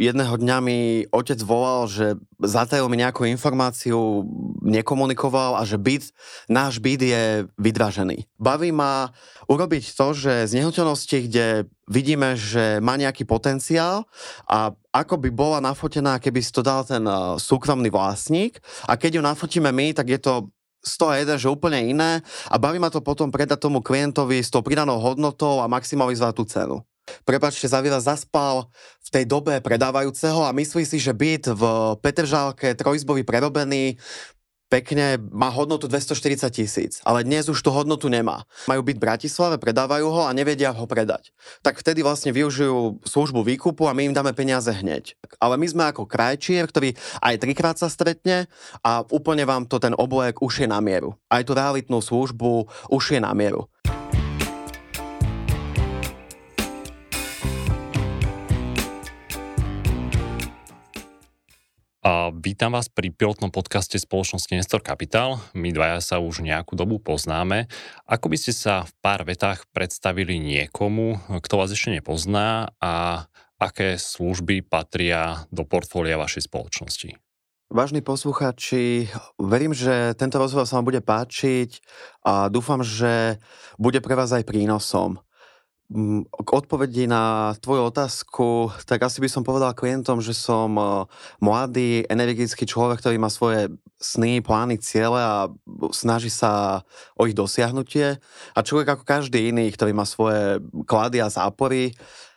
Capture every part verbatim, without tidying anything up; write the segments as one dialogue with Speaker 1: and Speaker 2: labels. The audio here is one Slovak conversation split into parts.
Speaker 1: jedného dňa mi otec volal, že zatajil mi nejakú informáciu, nekomunikoval a že byt, náš byt je vydražený. Baví ma urobiť to, že z nehnuteľnosti, kde vidíme, že má nejaký potenciál a ako by bola nafotená, keby si to dal ten súkromný vlastník a keď ju nafotíme my, tak je to sto jeden, že úplne iné a baví ma to potom predať tomu klientovi s tou pridanou hodnotou a maximalizovať tú cenu. Prepáčte, Zaviera zaspal v tej dobe predávajúceho a myslí si, že byt v Petržálke trojizbový prerobený pekne má hodnotu dvestoštyridsať tisíc, ale dnes už tú hodnotu nemá. Majú byt v Bratislave, predávajú ho a nevedia ho predať. Tak vtedy vlastne využijú službu výkupu a my im dáme peniaze hneď. Ale my sme ako krajčier, ktorý aj trikrát sa stretne a úplne vám to ten oblek ušie na mieru. Aj tú realitnú službu ušie na mieru.
Speaker 2: A vítam vás pri pilotnom podcaste spoločnosti Nestor Capital. My dvaja sa už nejakú dobu poznáme. Ako by ste sa v pár vetách predstavili niekomu, kto vás ešte nepozná a aké služby patria do portfólia vašej spoločnosti?
Speaker 1: Vážni poslucháči, verím, že tento rozhovor sa vám bude páčiť a dúfam, že bude pre vás aj prínosom. K odpovedi na tvoju otázku, tak asi by som povedal klientom, že som mladý, energický človek, ktorý má svoje sny, plány, ciele a snaží sa o ich dosiahnutie. A človek ako každý iný, ktorý má svoje klady a zápory.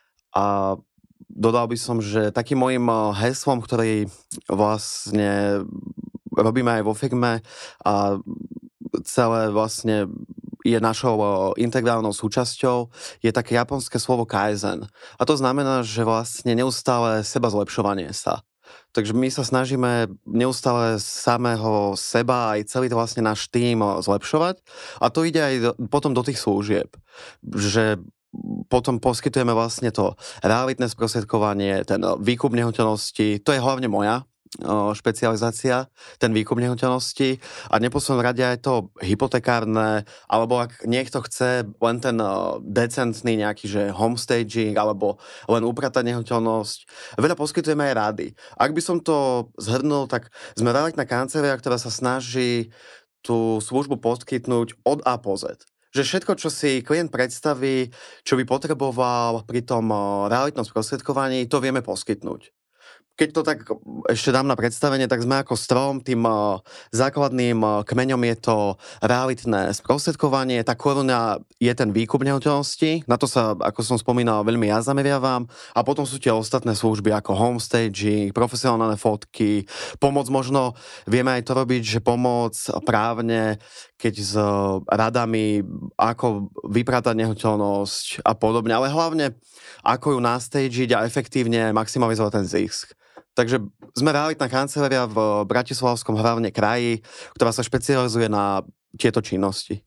Speaker 1: A dodal by som, že takým môjim heslom, ktorý vlastne robíme aj vo firme a celé vlastne je našou integrálnou súčasťou, je také japonské slovo kaizen. A to znamená, že vlastne neustále seba zlepšovanie sa. Takže my sa snažíme neustále samého seba aj celý vlastne náš tím zlepšovať. A to ide aj do, potom do tých služieb. Že potom poskytujeme vlastne to realitné sprostredkovanie, ten výkup nehnuteľnosti, to je hlavne moja špecializácia, ten výkup nehnuteľnosti a v neposlednom rade aj to hypotekárne, alebo ak niekto chce len ten decentný nejaký, že homestaging, alebo len upratať nehnuteľnosť, veľa poskytujeme aj rady. Ak by som to zhrnul, tak sme realitná kancelária, ktorá sa snaží tú službu poskytnúť od A po Z. Že všetko, čo si klient predstaví, čo by potreboval pri tom realitnom sprostredkovaní, to vieme poskytnúť. Keď to tak ešte dám na predstavenie, tak sme ako strom, tým uh, základným uh, kmeňom je to realitné sprostredkovanie, tá koruna je ten výkup nehnuteľnosti, na to sa, ako som spomínal, veľmi ja zameriavam a potom sú tie ostatné služby ako homestaging, profesionálne fotky, pomoc možno, vieme aj to robiť, že pomoc právne, keď s uh, radami, ako vypratať nehnuteľnosť a podobne, ale hlavne ako ju nastagiť a efektívne maximalizovať ten zisk. Takže sme realitná kancelária v Bratislavskom hlavne kraji, ktorá sa špecializuje na tieto činnosti.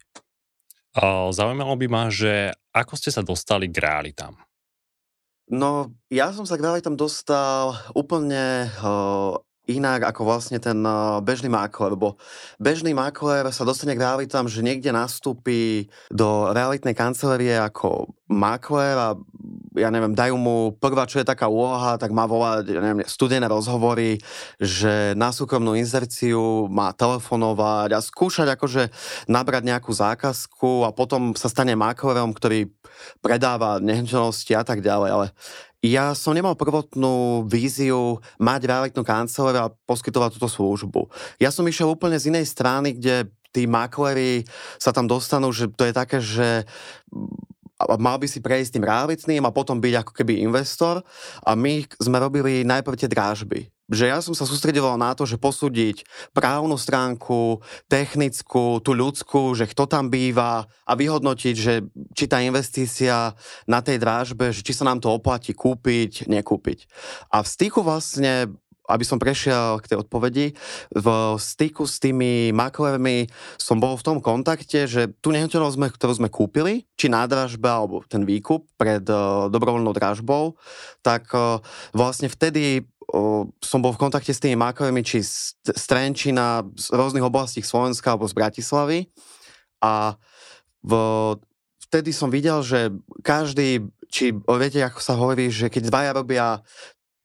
Speaker 2: Zaujímalo by ma, že ako ste sa dostali k realitám?
Speaker 1: No, ja som sa k realitám dostal úplne uh, inak ako vlastne ten uh, bežný maklér, lebo bežný maklér sa dostane k realitám, že niekde nastúpi do realitnej kancelárie ako maklér a ja neviem, dajú mu prvá, čo je taká úloha, tak má volať, ja neviem, studené rozhovory, že na súkromnú inzerciu má telefonovať a skúšať akože nabrať nejakú zákazku a potom sa stane maklérom, ktorý predáva nehnuteľnosti a tak ďalej, ale ja som nemal prvotnú víziu mať realitnú kanceláriu a poskytovať túto službu. Ja som išiel úplne z inej strany, kde tí makléri sa tam dostanú, že to je také, že mal by si prejsť tým realitným a potom byť ako keby investor a my sme robili najprv tie drážby. Že ja som sa sústreďoval na to, že posúdiť právnu stránku, technickú, tú ľudskú, že kto tam býva a vyhodnotiť, že či tá investícia na tej drážbe, že či sa nám to oplatí kúpiť, nekúpiť. A v styku vlastne, aby som prešiel k tej odpovedi, v styku s tými maklérmi som bol v tom kontakte, že tú nehnuteľnosť, ktorú sme kúpili, či nádražba, alebo ten výkup pred uh, dobrovoľnou dražbou, tak uh, vlastne vtedy uh, som bol v kontakte s tými maklérmi, či z, z Trenčína, z rôznych oblastí Slovenska, alebo z Bratislavy. A v, vtedy som videl, že každý, či viete, ako sa hovorí, že keď dvaja robia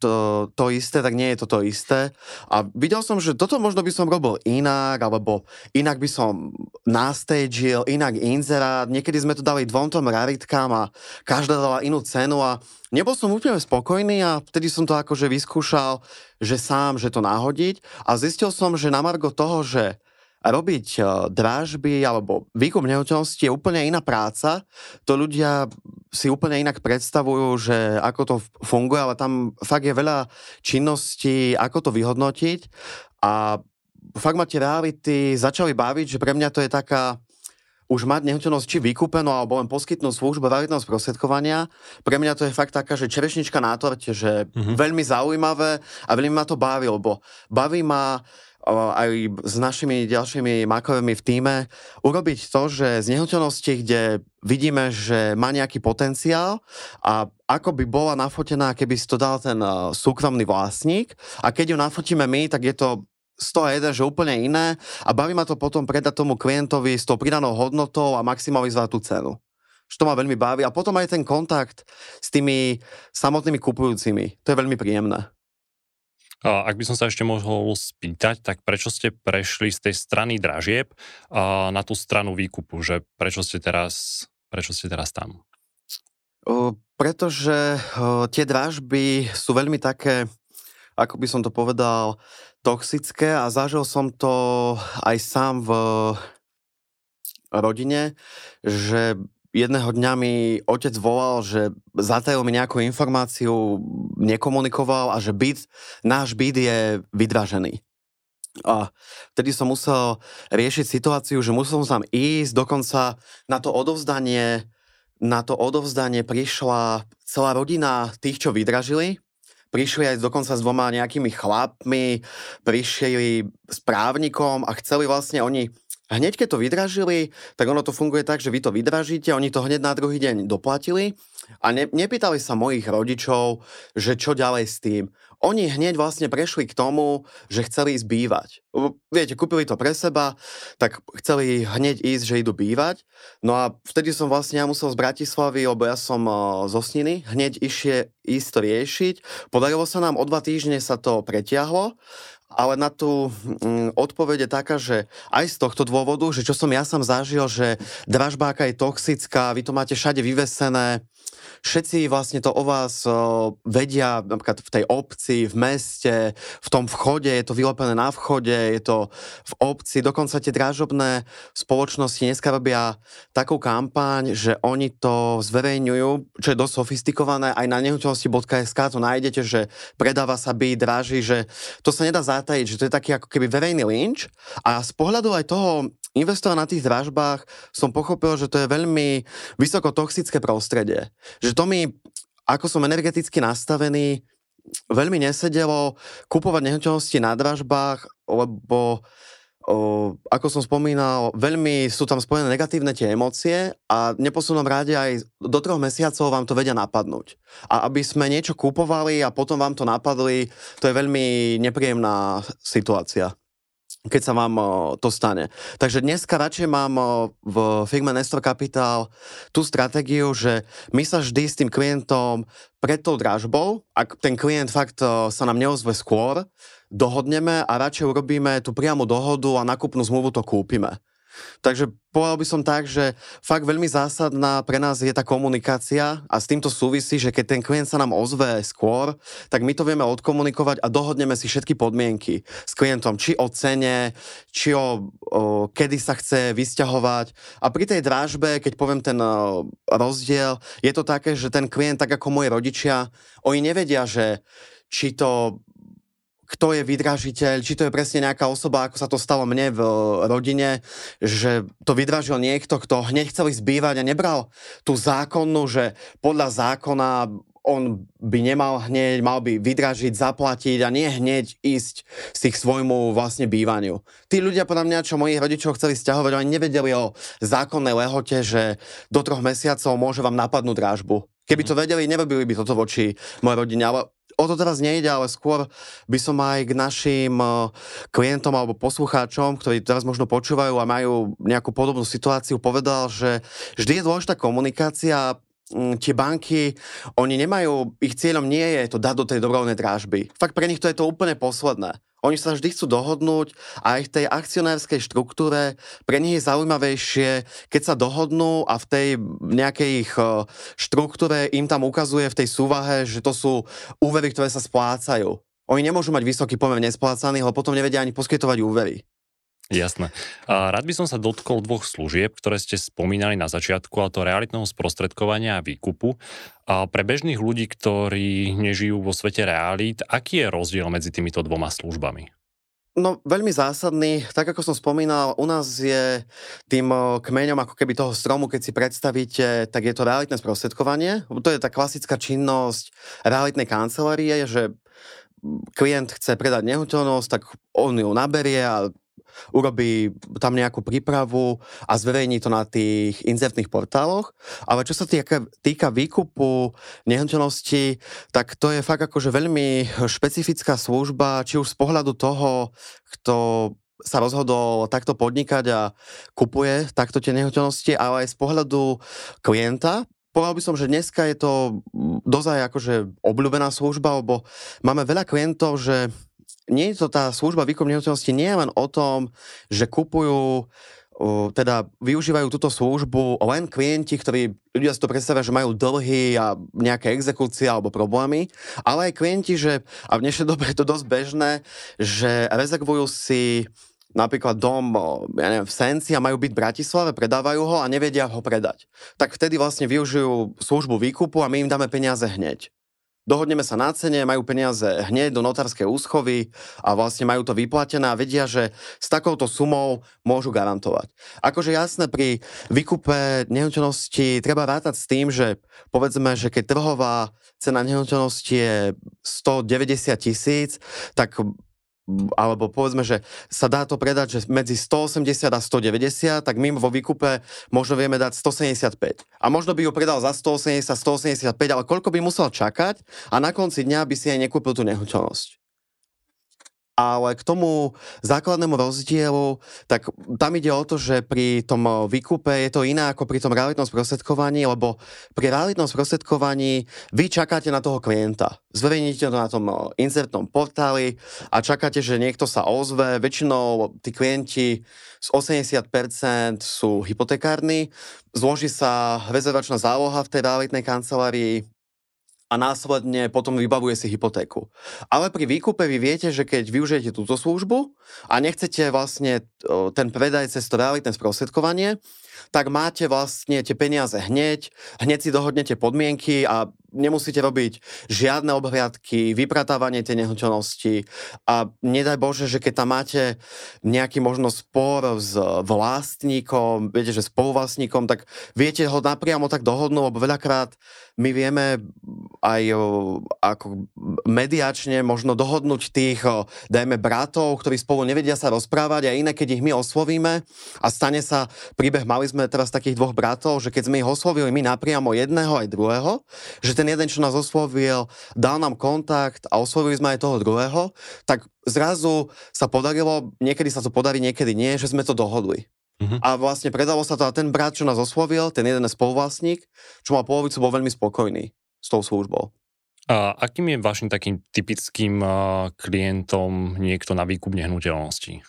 Speaker 1: to, to isté, tak nie je to to isté. A videl som, že toto možno by som robil inak, alebo inak by som nastagil, inak inzerát. Niekedy sme to dali dvom tom raritkám a každá dala inú cenu a nebol som úplne spokojný a vtedy som to akože vyskúšal, že sám, že to nahodiť a zistil som, že na margo toho, že robiť drážby alebo výkup nehnuteľností je úplne iná práca. To ľudia si úplne inak predstavujú, že ako to funguje, ale tam fakt je veľa činností, ako to vyhodnotiť a fakt ma tie reality začali baviť, že pre mňa to je taká už mať nehnuteľnosť či vykúpenú alebo len poskytnúť službu realitného sprostredkovania. Pre mňa to je fakt taká, že čerešnička na torte, že mm-hmm. veľmi zaujímavé a veľmi ma to baví, lebo baví ma aj s našimi ďalšími makovými v tíme, urobiť to, že z nehnuteľnosti, kde vidíme, že má nejaký potenciál a ako by bola nafotená, keby si to dal ten súkromný vlastník a keď ju nafotíme my, tak je to sto jeden, že úplne iné a baví ma to potom predať tomu klientovi s tou pridanou hodnotou a maximalizovať tú cenu. Že to ma veľmi baví a potom aj ten kontakt s tými samotnými kupujúcimi. To je veľmi príjemné.
Speaker 2: Ak by som sa ešte mohol spýtať, tak prečo ste prešli z tej strany dražieb na tú stranu výkupu? Že prečo ste teraz, prečo ste teraz tam?
Speaker 1: O, pretože o, tie dražby sú veľmi také, ako by som to povedal, toxické a zažil som to aj sám v rodine, že jedného dňa mi otec volal, že zatajil mi nejakú informáciu, nekomunikoval a že byt, náš byt je vydražený. A vtedy som musel riešiť situáciu, že musel som tam ísť, dokonca na to odovzdanie, na to odovzdanie prišla celá rodina tých, čo vydražili. Prišli aj dokonca s dvoma nejakými chlapmi, prišli s právnikom a chceli vlastne oni hneď keď to vydražili, tak ono to funguje tak, že vy to vydražíte, oni to hneď na druhý deň doplatili a ne, nepýtali sa mojich rodičov, že čo ďalej s tým. Oni hneď vlastne prešli k tomu, že chceli ísť bývať. Viete, kúpili to pre seba, tak chceli hneď ísť, že idú bývať. No a vtedy som vlastne ja musel z Bratislavy, lebo ja som zo Sniny, hneď išie ísť to riešiť. Podarilo sa nám, o dva týždne sa to pretiahlo, ale na tú mm, odpoveď je taká, že aj z tohto dôvodu, že čo som ja sám zažil, že dražbáka je toxická, vy to máte všade vyvesené, všetci vlastne to o vás o, vedia, napríklad v tej obci, v meste, v tom vchode, je to vylepené na vchode, je to v obci, dokonca tie dražobné spoločnosti dneska robia takú kampaň, že oni to zverejňujú, čo je dosť sofistikované, aj na nehnuteľnosti bodka es ká to nájdete, že predáva sa byt, draží, že to sa nedá zatajiť, že to je taký ako keby verejný lynč a z pohľadu aj toho investora na tých dražbách som pochopil, že to je veľmi vysoko toxické prostredie. Že to mi, ako som energeticky nastavený, veľmi nesedelo kupovať nehnuteľnosti na dražbách, lebo o, ako som spomínal, veľmi sú tam spojené negatívne tie emócie a v neposlednom rade aj do troch mesiacov vám to vedia napadnúť. A aby sme niečo kupovali a potom vám to napadli, to je veľmi nepríjemná situácia, keď sa vám o, to stane. Takže dneska radšej mám o, v firme Nestor Capital tú stratégiu, že my sa vždy s tým klientom pred tou dražbou, ak ten klient fakt o, sa nám neozve skôr, dohodneme a radšej urobíme tú priamu dohodu a nákupnú zmluvu to kúpime. Takže povedal by som tak, že fakt veľmi zásadná pre nás je tá komunikácia a s týmto súvisí, že keď ten klient sa nám ozve skôr, tak my to vieme odkomunikovať a dohodneme si všetky podmienky s klientom, či o cene, či o, o kedy sa chce vysťahovať. A pri tej dražbe, keď poviem ten o, rozdiel, je to také, že ten klient, tak ako moji rodičia, oni nevedia, že či to kto je vydražiteľ, či to je presne nejaká osoba, ako sa to stalo mne v rodine, že to vydražil niekto, kto hneď chcel ísť bývať a nebral tú zákonnú, že podľa zákona on by nemal hneď, mal by vydražiť, zaplatiť a nie hneď ísť si k svojmu vlastne bývaniu. Tí ľudia podľa mňa, čo mojich rodičov chceli sťahovať, oni nevedeli o zákonnej lehote, že do troch mesiacov môže vám napadnúť dražbu. Keby to vedeli, nerobili by toto voči mojej rodine, ale o to teraz nejde, ale skôr by som aj k našim klientom alebo poslucháčom, ktorí teraz možno počúvajú a majú nejakú podobnú situáciu, povedal, že vždy je dôležitá komunikácia. tie banky, oni nemajú, ich cieľom nie je to dať do tej dobrovoľnej drážby. Fakt pre nich to je to úplne posledné. Oni sa vždy chcú dohodnúť a aj v tej akcionárskej štruktúre pre nich je zaujímavejšie, keď sa dohodnú a v tej nejakej ich štruktúre im tam ukazuje v tej súvahe, že to sú úvery, ktoré sa splácajú. Oni nemôžu mať vysoký pomer nesplácaných, lebo potom nevedia ani poskytovať úvery.
Speaker 2: Jasné. A rád by som sa dotkol dvoch služieb, ktoré ste spomínali na začiatku, a to realitného sprostredkovania a výkupu. A pre bežných ľudí, ktorí nežijú vo svete realít, aký je rozdiel medzi týmito dvoma službami?
Speaker 1: No, veľmi zásadný. Tak ako som spomínal, u nás je tým kmeňom ako keby toho stromu, keď si predstavíte, tak je to realitné sprostredkovanie. To je tá klasická činnosť realitnej kancelárie, že klient chce predať nehnuteľnosť, tak on ju naberie a urobí tam nejakú prípravu a zverejní to na tých inzertných portáloch. Ale čo sa týka, týka výkupu nehnuteľnosti, tak to je fakt akože veľmi špecifická služba, či už z pohľadu toho, kto sa rozhodol takto podnikať a kupuje takto tie nehnuteľnosti, ale aj z pohľadu klienta. Povedal by som, že dneska je to dosť akože obľúbená služba, lebo máme veľa klientov, že nie je to tá služba výkup nehnuteľnosti nie je len o tom, že kupujú, teda využívajú túto službu len klienti, ktorí, ľudia si to predstavia, že majú dlhy a nejaké exekúcie alebo problémy, ale aj klienti, že, a v dnešnej dobe je to dosť bežné, že rezervujú si napríklad dom, ja neviem, v Senci a majú byt v Bratislave, predávajú ho a nevedia ho predať. Tak vtedy vlastne využijú službu výkupu a my im dáme peniaze hneď. Dohodneme sa na cene, majú peniaze hneď do notárskej úschovy a vlastne majú to vyplatené a vedia, že s takouto sumou môžu garantovať. Akože jasné, pri výkupe nehnuteľnosti treba rátať s tým, že povedzme, že keď trhová cena nehnuteľnosti je stodeväťdesiat tisíc, tak alebo povedzme, že sa dá to predať, že medzi stoosemdesiat a stodeväťdesiat, tak my vo výkupe možno vieme dať stosedemdesiatpäť. A možno by ju predal za stoosemdesiat, stoosemdesiatpäť, ale koľko by musel čakať a na konci dňa by si aj nekúpil tú nehnuteľnosť. Ale k tomu základnému rozdielu, tak tam ide o to, že pri tom výkupe je to iné ako pri tom realitnom sprostredkovaní, lebo pri realitnom sprostredkovaní vy čakáte na toho klienta. Zverejníte to na tom inzertnom portáli a čakáte, že niekto sa ozve. Väčšinou tí klienti z osemdesiat percent sú hypotekárni. Zloží sa rezervačná záloha v tej realitnej kancelárii a následne potom vybavuje si hypotéku. Ale pri výkupe vy viete, že keď využijete túto službu a nechcete vlastne ten predaj cez to realitné sprostredkovanie, tak máte vlastne tie peniaze hneď, hneď si dohodnete podmienky a nemusíte robiť žiadne obhliadky, vypratávanie tej nehnuteľnosti a nedaj Bože, že keď tam máte nejaký možno spor s vlastníkom, viete, že spoluvlastníkom, tak viete ho napriamo tak dohodnúť, lebo veľakrát my vieme aj ako mediačne možno dohodnúť tých, dajme bratov, ktorí spolu nevedia sa rozprávať a iné, keď ich my oslovíme a stane sa príbeh, mali sme teraz takých dvoch bratov, že keď sme ich oslovili my napriamo jedného aj druhého, že ten jeden, čo nás oslovil, dal nám kontakt a oslovili sme aj toho druhého, tak zrazu sa podarilo, niekedy sa to podarí, niekedy nie, že sme to dohodli. Uh-huh. A vlastne predalo sa to a ten brat, čo nás oslovil, ten jeden spoluvlastník, čo mal polovicu, bol veľmi spokojný s tou službou.
Speaker 2: A akým je vašim takým typickým uh, klientom niekto na výkup nehnuteľností?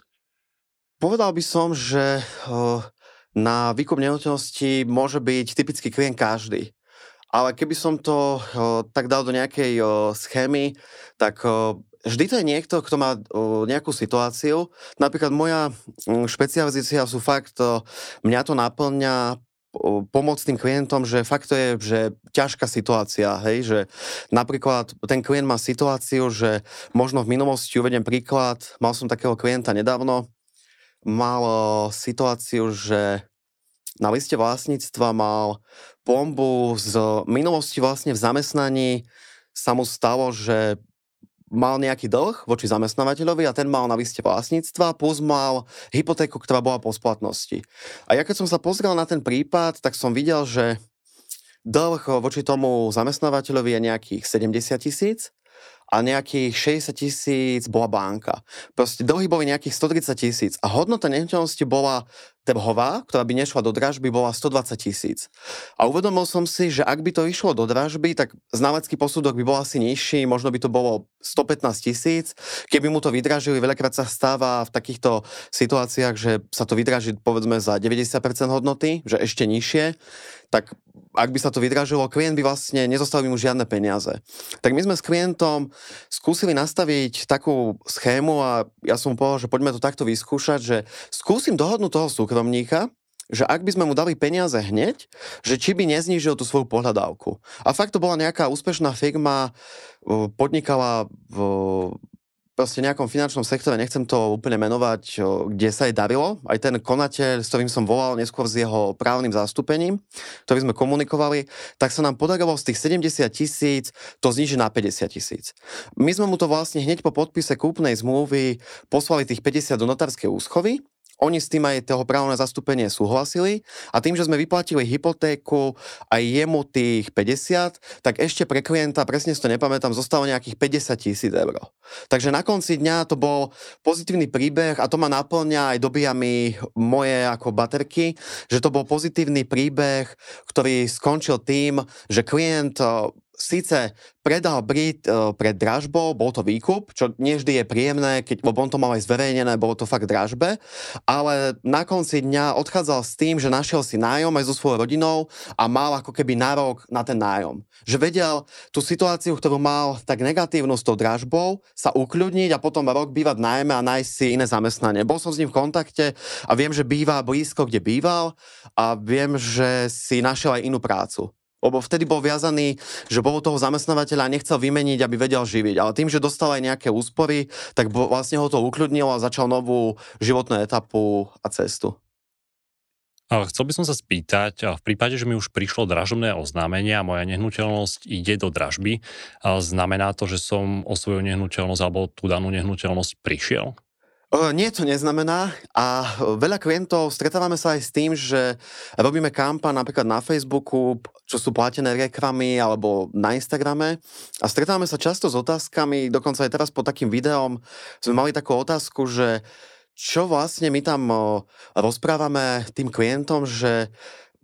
Speaker 1: Povedal by som, že uh, na výkup nehnuteľností môže byť typický klient každý. Ale keby som to uh, tak dal do nejakej uh, schémy, tak uh, vždy to je niekto, kto má uh, nejakú situáciu. Napríklad moja um, špecializácia sú fakt, uh, mňa to naplňa uh, pomôcť tým klientom, že fakt to je že ťažká situácia, hej, že napríklad ten klient má situáciu, že možno v minulosti, uvediem príklad, mal som takého klienta nedávno, mal uh, situáciu, že na liste vlastníctva mal plombu z minulosti vlastne v zamestnaní, sa mu stalo, že mal nejaký dlh voči zamestnávateľovi a ten mal na liste vlastníctva plus mal hypotéku, ktorá bola po splatnosti. A ja keď som sa pozrel na ten prípad, tak som videl, že dlh voči tomu zamestnávateľovi je nejakých sedemdesiat tisíc a nejakých šesťdesiat tisíc bola banka. Proste dlhy boli nejakých stotridsať tisíc a hodnota nehnuteľnosti bola trhová, ktorá by nešla do dražby, bola stodvadsať tisíc. A uvedomil som si, že ak by to išlo do dražby, tak znalecký posudok by bol asi nižší, možno by to bolo stopätnásť tisíc. Keby mu to vydražili, veľakrát sa stáva v takýchto situáciách, že sa to vydraží povedzme za deväťdesiat percent hodnoty, že ešte nižšie, tak ak by sa to vydražilo, klient by vlastne nezostali mu žiadne peniaze. Tak my sme s klientom skúsili nastaviť takú schému a ja som mu povedal, že poďme to takto vyskúšať, že skúsim dohodnúť toho súkromníka, že ak by sme mu dali peniaze hneď, že či by neznížil tú svoju pohľadávku. A fakt to bola nejaká úspešná firma, podnikala v proste nejakom finančnom sektore, nechcem to úplne menovať, kde sa jej darilo. Aj ten konateľ, s ktorým som volal neskôr s jeho právnym zastúpením, ktorý sme komunikovali, tak sa nám podarilo z tých sedemdesiat tisíc to znižiť na päťdesiat tisíc. My sme mu to vlastne hneď po podpise kúpnej zmluvy poslali tých päťdesiat do notárskej úschovy. Oni s tým aj toho právne zastúpenie súhlasili a tým, že sme vyplatili hypotéku aj jemu tých päťdesiat, tak ešte pre klienta, presne si to nepamätám, zostalo nejakých päťdesiat tisíc eur. Takže na konci dňa to bol pozitívny príbeh a to ma naplňa aj dobíja mi moje ako baterky, že to bol pozitívny príbeh, ktorý skončil tým, že klient síce predal byt e, pred dražbou, bol to výkup, čo nie vždy je príjemné, keď, lebo on to mal aj zverejnené, bolo to fakt dražbe, ale na konci dňa odchádzal s tým, že našiel si nájom aj so svojou rodinou a mal ako keby nárok na ten nájom. Že vedel tú situáciu, ktorú mal tak negatívnu s tou dražbou, sa ukľudniť a potom rok bývať v nájme a nájsť si iné zamestnanie. Bol som s ním v kontakte a viem, že býva blízko, kde býval a viem, že si našiel aj inú prácu. Lebo vtedy bol viazaný, že bol toho zamestnávateľa a nechcel vymeniť, aby vedel živiť. Ale tým, že dostal aj nejaké úspory, tak vlastne ho to ukľudnilo a začal novú životnú etapu a cestu.
Speaker 2: Chcel by som sa spýtať, v prípade, že mi už prišlo dražobné oznámenie a moja nehnuteľnosť ide do dražby, znamená to, že som o svoju nehnuteľnosť alebo tú danú nehnuteľnosť prišiel?
Speaker 1: Nie, to neznamená a veľa klientov, stretávame sa aj s tým, že robíme kampaň napríklad na Facebooku, čo sú platené reklamy alebo na Instagrame a stretávame sa často s otázkami, dokonca aj teraz pod takým videom sme mali takú otázku, že čo vlastne my tam rozprávame tým klientom, že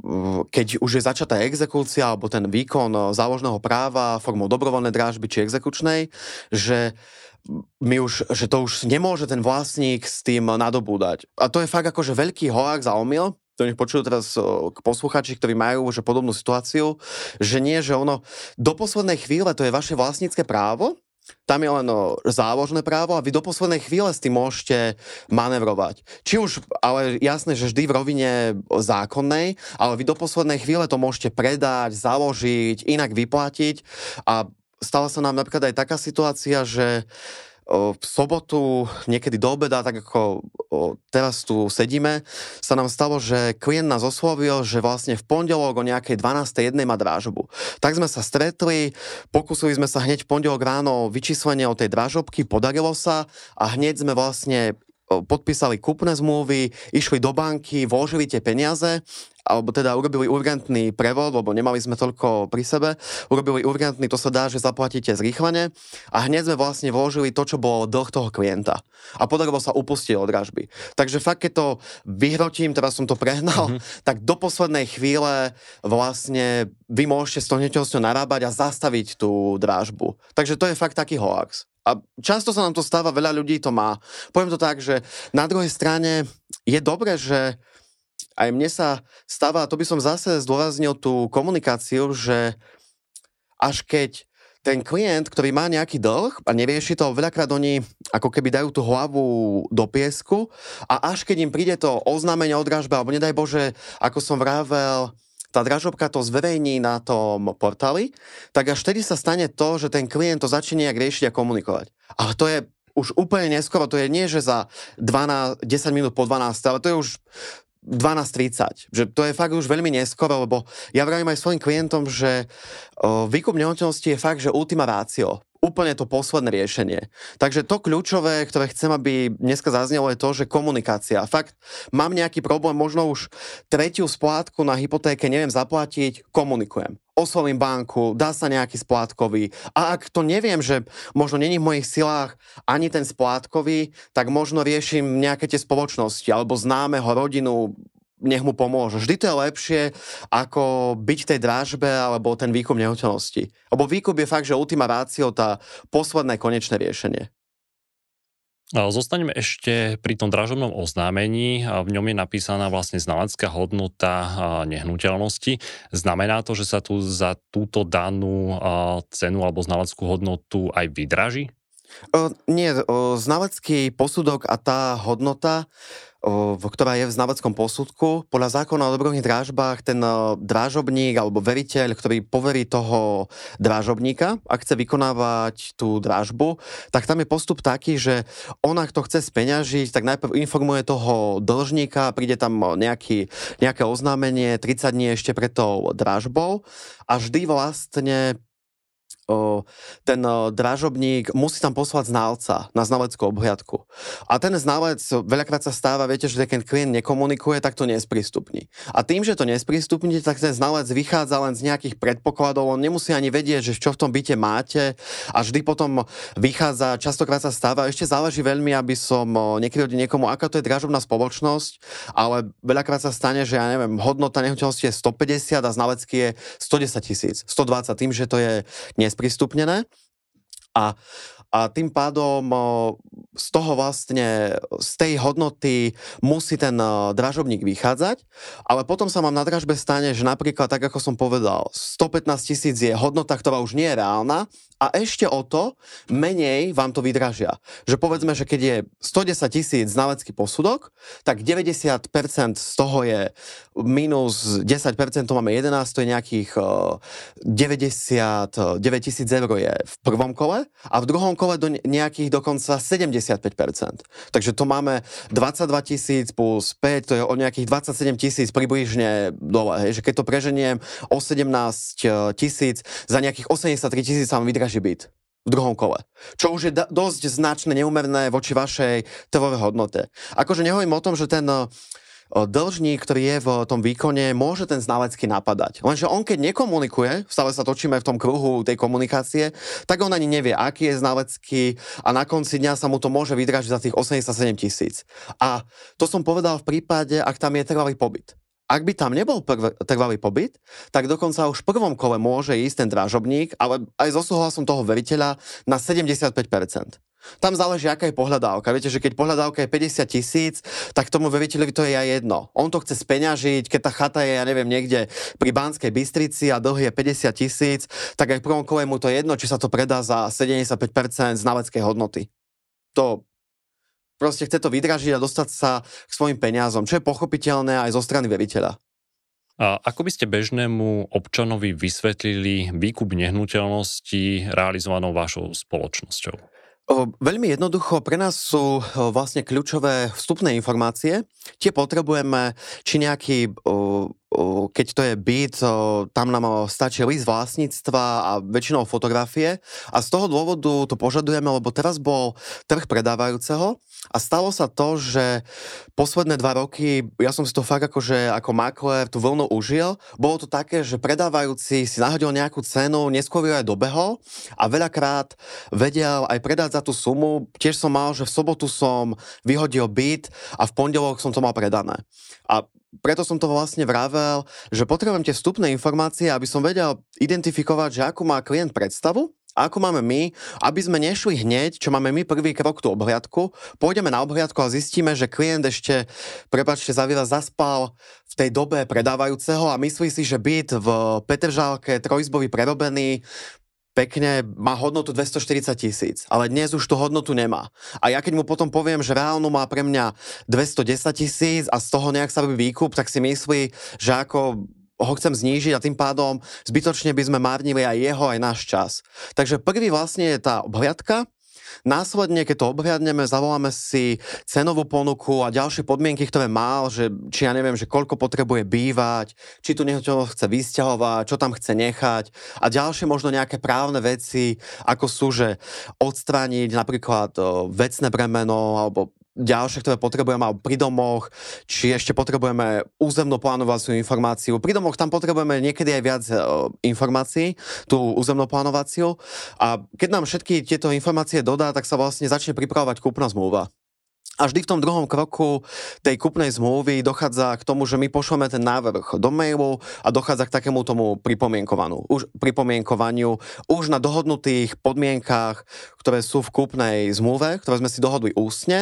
Speaker 1: keď už je začatá exekúcia alebo ten výkon záložného práva formou dobrovoľnej dražby či exekučnej, že my už, že to už nemôže ten vlastník s tým nadobúdať. A to je fakt akože veľký hoax a omyl. To nech počujú teraz posluchači, ktorí majú už podobnú situáciu, že nie, že ono do poslednej chvíle to je vaše vlastnícke právo, tam je len záložné právo a vy do poslednej chvíle s tým môžete manevrovať. Či už, ale jasné, že vždy v rovine zákonnej, ale vy do poslednej chvíle to môžete predať, založiť, inak vyplatiť a stala sa nám napríklad aj taká situácia, že v sobotu, niekedy do obeda, tak ako teraz tu sedíme, sa nám stalo, že klient nás oslovil, že vlastne v pondelok o nejakej dvanástej jednej má dražbu. Tak sme sa stretli, pokúsili sme sa hneď v pondelok ráno vyčíslenie o tej dražobky, podarilo sa a hneď sme vlastne podpísali kúpne zmluvy, išli do banky, vložili tie peniaze, alebo teda urobili urgentný prevod, lebo nemali sme toľko pri sebe, urobili urgentný, to sa dá, že zaplatíte zrýchlene a hneď sme vlastne vložili to, čo bolo dlh toho klienta. A podarilo sa upustiť od dražby. Takže fakt, keď to vyhrotím, teraz som to prehnal, mm-hmm. tak do poslednej chvíle vlastne vy môžete s tou nehnuteľnosťou narábať a zastaviť tú dražbu. Takže to je fakt taký hoax. A často sa nám to stáva, veľa ľudí to má. Poviem to tak, že na druhej strane je dobré, že aj mne sa stáva, to by som zase zdôraznil tú komunikáciu, že až keď ten klient, ktorý má nejaký dlh a nerieši to, veľakrát oni ako keby dajú tú hlavu do piesku a až keď im príde to oznámenie o dražbe, alebo nedaj Bože, ako som vravel, tá dražobka to zverejní na tom portáli, tak až vtedy sa stane to, že ten klient to začne nejak riešiť a komunikovať. Ale to je už úplne neskoro, to je nie, že za dvanásť, desať minút po dvanástej, ale to je už dvanásť tridsať. Že to je fakt už veľmi neskoro, lebo ja vravím aj svojim klientom, že o, výkup nehnuteľnosti je fakt, že ultima ratio. úplne to posledné riešenie. Takže to kľúčové, ktoré chcem, aby dneska zaznelo, je to, že komunikácia. Fakt, mám nejaký problém, možno už tretiu splátku na hypotéke neviem zaplatiť, komunikujem. Oslovím banku, dá sa nejaký splátkový. A ak to neviem, že možno není v mojich silách ani ten splátkový, tak možno riešim nejaké tie spoločnosti alebo známeho rodinu, nech mu pomôže. Vždy to je lepšie, ako byť v tej drážbe alebo ten výkup nehnuteľnosti. Lebo výkup je fakt, že ultima ratio, tá posledné konečné riešenie.
Speaker 2: Zostaneme ešte pri tom dražobnom oznámení. V ňom je napísaná vlastne znalecká hodnota nehnuteľnosti. Znamená to, že sa tu za túto danú cenu alebo znaleckú hodnotu aj vydraží?
Speaker 1: O, nie, o, znalecký posudok a tá hodnota, o, ktorá je v znaleckom posudku, podľa zákona o dobrovoľných drážbách ten o, drážobník alebo veriteľ, ktorý poverí toho drážobníka, ak chce vykonávať tú drážbu, tak tam je postup taký, že on, ak to chce speňažiť, tak najprv informuje toho dlžníka, príde tam nejaký, nejaké oznámenie tridsať dní ešte pred tou drážbou a vždy vlastne ten drážobník musí tam poslať znalca na znaleckú obhliadku. A ten znalec veľakrát sa stáva, viete, že keď klient nekomunikuje, tak to nesprístupní. A tým, že to nesprístupní, tak ten znalec vychádza len z nejakých predpokladov, on nemusí ani vedieť, že čo v tom byte máte a vždy potom vychádza, častokrát sa stáva, ešte záleží veľmi, aby som nekryhodil niekomu, aká to je drážobná spoločnosť, ale veľakrát sa stane, že ja neviem, hodnota nehnuteľnosti je stopäťdesiat a znalecký je stodesať tisíc, stodvadsať, tým, že to je nesprístupnené. A, a tým pádom z toho vlastne, z tej hodnoty musí ten dražobník vychádzať, ale potom sa vám na dražbe stane, že napríklad, tak ako som povedal, stopätnásť tisíc je hodnota, ktorá už nie je reálna a ešte o to menej vám to vydražia. Že povedzme, že keď je stodesať tisíc znalecký posudok, tak deväťdesiat percent z toho je minus desať percent, to máme jedenásť, to je nejakých deväťdesiatdeväť tisíc eur je v prvom kole a v druhom kole do nejakých dokonca sedemdesiatpäť percent. Takže to máme dvadsaťdva tisíc plus päť, to je o nejakých dvadsaťsedem tisíc približne dole. Hej. Že keď to preženiem o sedemnásť tisíc, za nejakých osemdesiattri tisíc sa vám vydrží byt v druhom kole. Čo už je da- dosť značné, neúmerné voči vašej trhovej hodnote. Akože nehovorím o tom, že ten dlžník, ktorý je v tom výkone, môže ten znalecký napadať. Lenže on, keď nekomunikuje, stále sa točíme v tom kruhu tej komunikácie, tak on ani nevie, aký je znalecký a na konci dňa sa mu to môže vydražiť za tých osemdesiatsedem tisíc. A to som povedal v prípade, ak tam je trvalý pobyt. Ak by tam nebol prv, trvalý pobyt, tak dokonca už v prvom kole môže ísť ten drážobník, ale aj so súhlasom toho veriteľa na sedemdesiatpäť percent. Tam záleží, aká je pohľadávka. Viete, že keď pohľadávka je päťdesiat tisíc, tak tomu veriteľovi to je aj jedno. On to chce speňažiť, keď tá chata je, ja neviem, niekde pri Banskej Bystrici a dlh je päťdesiat tisíc, tak aj v prvom kole mu to je jedno, či sa to predá za sedemdesiatpäť percent znaleckej hodnoty. To proste chce to vydražiť a dostať sa k svojim peniazom, čo je pochopiteľné aj zo strany veriteľa.
Speaker 2: A ako by ste bežnému občanovi vysvetlili výkup nehnuteľnosti realizovanou vašou spoločnosťou?
Speaker 1: O, veľmi jednoducho, pre nás sú o, vlastne kľúčové vstupné informácie. Tie potrebujeme, či nejaký, o, o, keď to je byt, o, tam nám stačí list vlastníctva a väčšinou fotografie. A z toho dôvodu to požadujeme, lebo teraz bol trh predávajúceho a stalo sa to, že posledné dva roky, ja som si to fakt akože ako maklér tú vlnu užil, bolo to také, že predávajúci si nahodil nejakú cenu, neskôr ju aj dobehol a veľakrát vedel aj predať za tú sumu. Tiež som mal, že v sobotu som vyhodil byt a v pondelok som to mal predané. A preto som to vlastne vravel, že potrebujem tie vstupné informácie, aby som vedel identifikovať, že akú má klient predstavu a ako máme my, aby sme nešli hneď, čo máme my prvý krok, tú obhliadku, pôjdeme na obhliadku a zistíme, že klient ešte, prepáčte, zaviera, zaspal v tej dobe predávajúceho a myslí si, že byt v Petržálke trojizbový prerobený pekne má hodnotu dvestoštyridsať tisíc, ale dnes už tú hodnotu nemá. A ja keď mu potom poviem, že reálnu má pre mňa dvestodesať tisíc a z toho nejak sa robí výkup, tak si myslí, že ako ho chcem znížiť a tým pádom zbytočne by sme márnili aj jeho, aj náš čas. Takže prvý vlastne je tá obhliadka Následne, keď to obhliadneme, zavoláme si cenovú ponuku a ďalšie podmienky, ktoré mal, že či ja neviem, že koľko potrebuje bývať, či tu nehnuteľnosť chce vysťahovať, čo tam chce nechať a ďalšie možno nejaké právne veci, ako sú, že odstrániť napríklad o, vecné bremeno alebo ďalšie, ktoré potrebujeme alebo pri domoch, či ešte potrebujeme územnú plánovaciu informáciu. Pri domoch tam potrebujeme niekedy aj viac e, informácií, tú územnú plánovaciu. A keď nám všetky tieto informácie dodá, tak sa vlastne začne pripravovať kúpna zmluva. A vždy v tom druhom kroku tej kúpnej zmluvy dochádza k tomu, že my pošleme ten návrh do mailu a dochádza k takému tomu pripomienkovanú, už, pripomienkovaniu už na dohodnutých podmienkách, ktoré sú v kúpnej zmluve, ktoré sme si dohodli ústne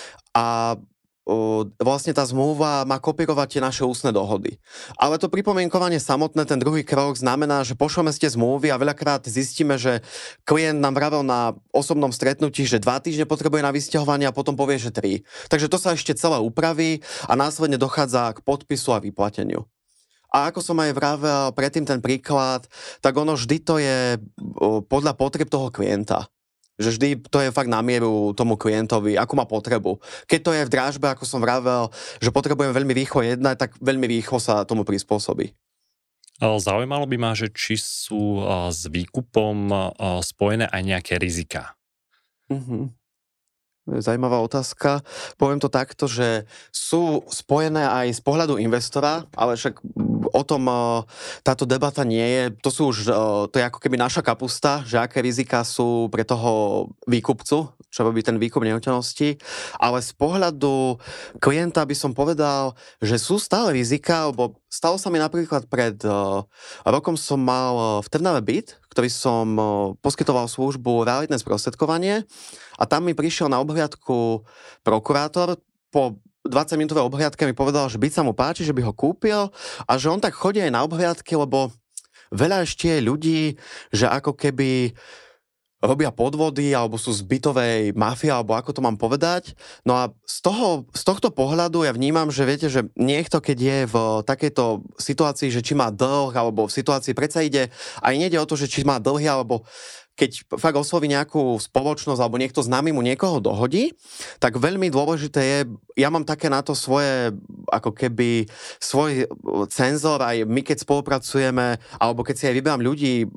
Speaker 1: a o, vlastne tá zmluva má kopírovať tie naše ústne dohody. Ale to pripomienkovanie samotné, ten druhý krok znamená, že pošleme si tie zmluvy a veľakrát zistíme, že klient nám vravel na osobnom stretnutí, že dva týždne potrebuje na vysťahovanie a potom povie, že tri. Takže to sa ešte celé upraví a následne dochádza k podpisu a vyplateniu. A ako som aj vravel predtým ten príklad, tak ono vždy to je o, podľa potrieb toho klienta. Že vždy to je fakt na mieru tomu klientovi, akú má potrebu. Keď to je v drážbe, ako som vravel, že potrebujem veľmi rýchlo jednať, tak veľmi rýchlo sa tomu prispôsobí.
Speaker 2: Zaujímalo by ma, že či sú s výkupom spojené aj nejaké riziká.
Speaker 1: Mhm. Zajímavá otázka. Poviem to takto, že sú spojené aj z pohľadu investora, ale však o tom táto debata nie je. To sú už, to je ako keby naša kapusta, že aké riziká sú pre toho výkupcu, čo robí ten výkup nehnuteľnosti. Ale z pohľadu klienta by som povedal, že sú stále rizika, lebo stalo sa mi napríklad pred rokom som mal v Trnave byt, ktorý som poskytoval službu realitné sprostredkovanie a tam mi prišiel na obhliadku prokurátor. Po dvadsaťminútovej obhliadke mi povedal, že byt sa mu páči, že by ho kúpil a že on tak chodí aj na obhliadky, lebo veľa ešte je ľudí, že ako keby robia podvody, alebo sú z bytovej mafie, alebo ako to mám povedať. No a z, toho, z tohto pohľadu ja vnímam, že viete, že niekto, keď je v takejto situácii, že či má dlh, alebo v situácii predsa ide, aj nejde o to, že či má dlhy, alebo keď fakt osloví nejakú spoločnosť alebo niekto s nami mu niekoho dohodí, tak veľmi dôležité je, ja mám také na to svoje, ako keby svoj cenzor, aj my keď spolupracujeme, alebo keď si aj vyberám ľudí,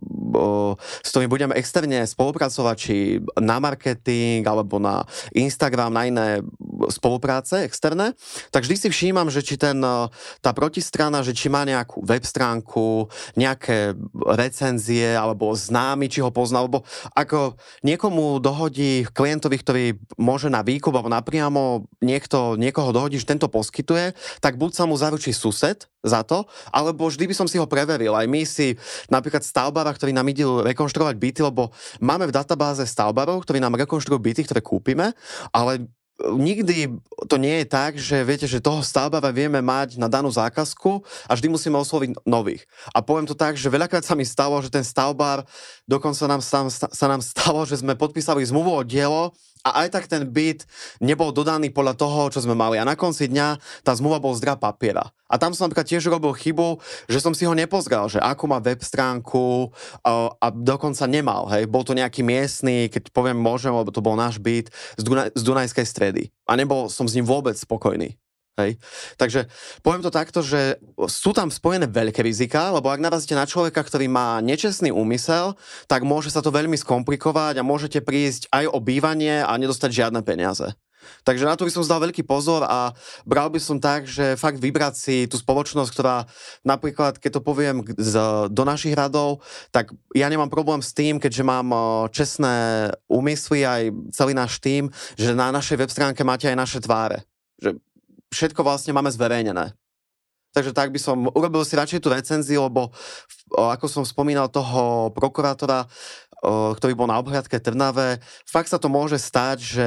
Speaker 1: s ktorými budeme externe spolupracovať, či na marketing, alebo na Instagram, na iné spolupráce externé, tak vždy si všímam, že či ten, tá protistrana, že či má nejakú web stránku, nejaké recenzie, alebo známy, či ho pozná, lebo ako niekomu dohodí klientovi, ktorý môže na výkup alebo napriamo niekto, niekoho dohodí, že tento poskytuje, tak buď sa mu zaručí sused za to, alebo vždy by som si ho preveril. Aj my si napríklad stavbára, ktorý nám ide rekonštruovať byty, lebo máme v databáze stavbárov, ktorí nám rekonštruujú byty, ktoré kúpime, ale nikdy to nie je tak, že viete, že toho stavbára vieme mať na danú zákazku a vždy musíme osloviť nových. A poviem to tak, že veľakrát sa mi stalo, že ten stavbár, dokonca nám, sa, sa nám stalo, že sme podpísali zmluvu o dielo a aj tak ten byt nebol dodaný podľa toho, čo sme mali. A na konci dňa tá zmluva bol zdra papiera. A tam som napríklad tiež robil chybu, že som si ho nepozrel, že akú má web stránku a, a dokonca nemal. Hej. Bol to nejaký miestny, keď poviem môžem, lebo to bol náš byt z, Dunaj, z Dunajskej Stredy. A nebol som s ním vôbec spokojný. Hej. Takže poviem to takto, že sú tam spojené veľké riziká, lebo ak narazíte na človeka, ktorý má nečestný úmysel, tak môže sa to veľmi skomplikovať a môžete prísť aj o bývanie a nedostať žiadne peniaze. Takže na to by som zdal veľký pozor a bral by som tak, že fakt vybrať si tú spoločnosť, ktorá napríklad, keď to poviem z, do našich radov, tak ja nemám problém s tým, keďže mám čestné úmysly aj celý náš tým, že na našej web stránke máte aj naše tváre. Že všetko vlastne máme zverejnené. Takže tak by som urobil si radšej tú recenziu, lebo ako som spomínal toho prokurátora, ktorý bol na obhliadke v Trnave, fakt sa to môže stať, že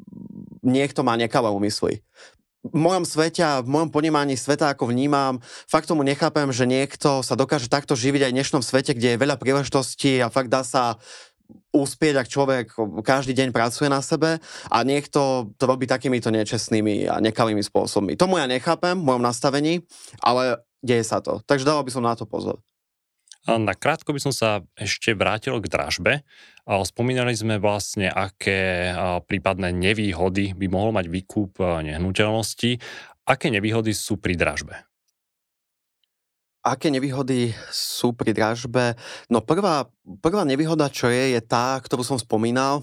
Speaker 1: niekto má nekalé úmysly. V mojom svete a v mojom ponímaní sveta, ako vnímam, fakt tomu nechápem, že niekto sa dokáže takto živiť aj v dnešnom svete, kde je veľa príležitostí a fakt dá sa uspieť, ak človek každý deň pracuje na sebe a niekto to robí takýmito nečestnými a nekalými spôsobmi. Tomu ja nechápem v mojom nastavení, ale deje sa to. Takže dával by som na to pozor.
Speaker 2: A na krátko by som sa ešte vrátil k dražbe. A spomínali sme vlastne, aké a, prípadné nevýhody by mohol mať výkup a, nehnuteľnosti. Aké nevýhody sú pri dražbe?
Speaker 1: Aké nevýhody sú pri dražbe? No prvá, prvá nevýhoda, čo je, je tá, ktorú som spomínal,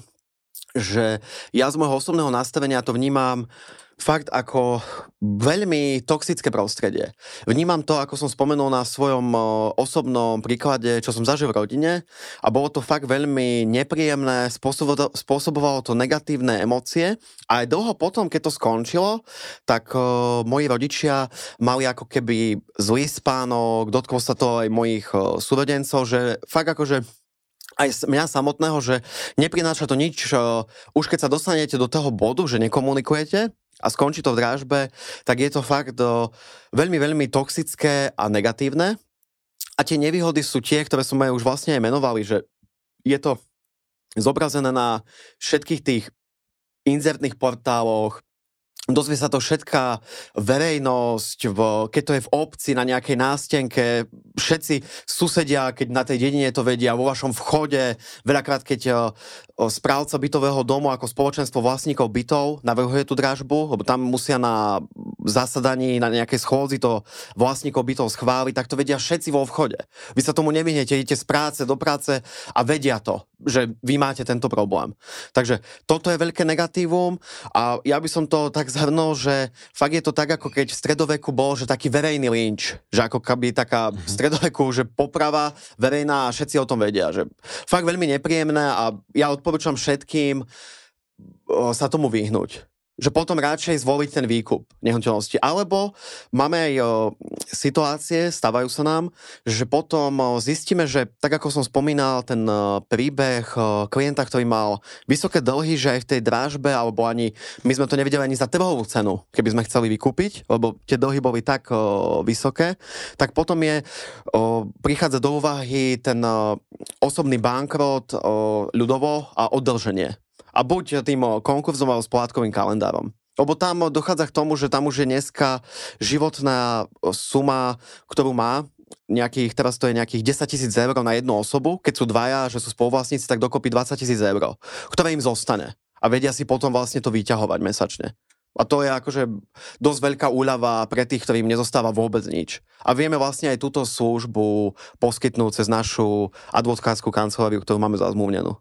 Speaker 1: že ja z môjho osobného nastavenia to vnímam fakt ako veľmi toxické prostredie. Vnímam to, ako som spomenul na svojom o, osobnom príklade, čo som zažil v rodine, a bolo to fakt veľmi nepríjemné, spôsobovalo, spôsobovalo to negatívne emócie, a aj dlho potom, keď to skončilo, tak o, moji rodičia mali ako keby zlý spánok, dotklo sa to aj mojich o, súrodencov, že fakt akože aj mňa samotného, že neprináša to nič, o, už keď sa dostanete do toho bodu, že nekomunikujete a skončí to v dražbe, tak je to fakt o, veľmi, veľmi toxické a negatívne. A tie nevýhody sú tie, ktoré som aj už vlastne aj menovali, že je to zobrazené na všetkých tých inzertných portáloch, dozvie sa to všetká verejnosť, v, keď to je v obci, na nejakej nástenke, všetci susedia, keď na tej dedine to vedia, vo vašom vchode, veľakrát, keď o, o, správca bytového domu ako spoločenstvo vlastníkov bytov navrhuje tú dražbu, lebo tam musia na zasadaní, na nejakej schôdzi to vlastníkov bytov schváliť, tak to vedia všetci vo vchode. Vy sa tomu nevyhnete, idete z práce do práce a vedia to, že vy máte tento problém. Takže toto je veľké negatívum, a ja by som to tak zhrnul, že fakt je to tak, ako keď v stredoveku bol, že taký verejný lynč, že ako keby taká v stredoveku, že poprava verejná a všetci o tom vedia, že fakt veľmi nepríjemné, a ja odporúčam všetkým o, sa tomu vyhnúť. Že potom radšej zvoliť ten výkup nehnuteľnosti. Alebo máme aj o, situácie, stávajú sa nám, že potom o, zistíme, že tak ako som spomínal, ten o, príbeh o, klienta, ktorý mal vysoké dlhy, že aj v tej dražbe, alebo ani, my sme to nevideli ani za trhovú cenu, keby sme chceli vykúpiť, lebo tie dlhy boli tak o, vysoké, tak potom je, o, prichádza do úvahy ten o, osobný bankrot o, ľudovo a oddlženie. A buď tým konkurzom alebo splátkovým kalendárom. Lebo tam dochádza k tomu, že tam už je dneska životná suma, ktorú má, nejakých, teraz to je nejakých desaťtisíc eur na jednu osobu, keď sú dvaja, že sú spoluvlastníci, tak dokopy dvadsaťtisíc eur, ktoré im zostane. A vedia si potom vlastne to vyťahovať mesačne. A to je akože dosť veľká úľava pre tých, ktorým nezostáva vôbec nič. A vieme vlastne aj túto službu poskytnúť cez našu advokátskú kanceláriu, ktorú máme zazmluvnenú.